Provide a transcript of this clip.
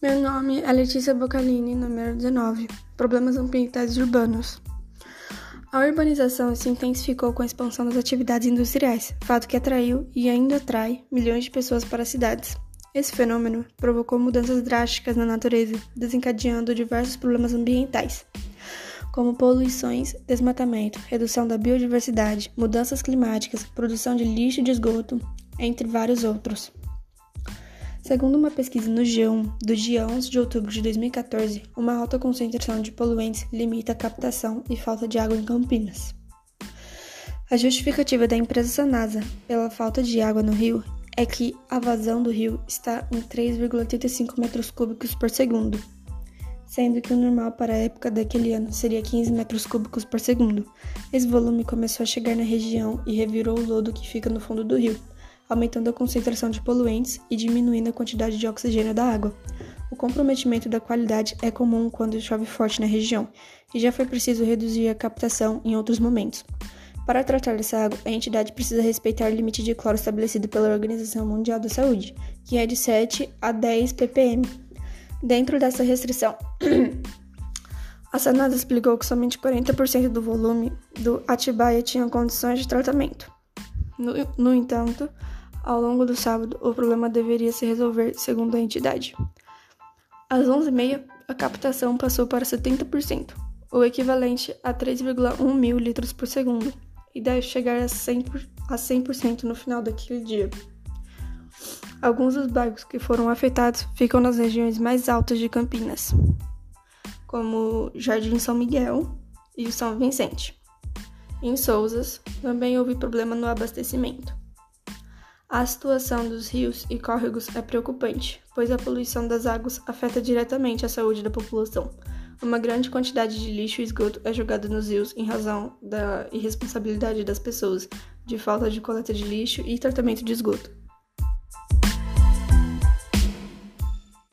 Meu nome é Letícia Bocalini, número 19. Problemas ambientais urbanos. A urbanização se intensificou com a expansão das atividades industriais, fato que atraiu e ainda atrai milhões de pessoas para as cidades. Esse fenômeno provocou mudanças drásticas na natureza, desencadeando diversos problemas ambientais, como poluições, desmatamento, redução da biodiversidade, mudanças climáticas, produção de lixo e de esgoto, entre vários outros. Segundo uma pesquisa no G1, do dia 11 de outubro de 2014, uma alta concentração de poluentes limita a captação e falta de água em Campinas. A justificativa da empresa Sanasa pela falta de água no rio é que a vazão do rio está em 3,85 metros cúbicos por segundo, sendo que o normal para a época daquele ano seria 15 metros cúbicos por segundo. Esse volume começou a chegar na região e revirou o lodo que fica no fundo do rio, aumentando a concentração de poluentes e diminuindo a quantidade de oxigênio da água. O comprometimento da qualidade é comum quando chove forte na região, e já foi preciso reduzir a captação em outros momentos. Para tratar dessa água, a entidade precisa respeitar o limite de cloro estabelecido pela Organização Mundial da Saúde, que é de 7 a 10 ppm. Dentro dessa restrição, a Sanasa explicou que somente 40% do volume do Atibaia tinha condições de tratamento. No entanto, ao longo do sábado, o problema deveria se resolver, segundo a entidade. Às 11h30, a captação passou para 70%, o equivalente a 3,1 mil litros por segundo, e deve chegar a 100% no final daquele dia. Alguns dos bairros que foram afetados ficam nas regiões mais altas de Campinas, como Jardim São Miguel e o São Vicente. Em Sousas, também houve problema no abastecimento. A situação dos rios e córregos é preocupante, pois a poluição das águas afeta diretamente a saúde da população. Uma grande quantidade de lixo e esgoto é jogada nos rios em razão da irresponsabilidade das pessoas, de falta de coleta de lixo e tratamento de esgoto.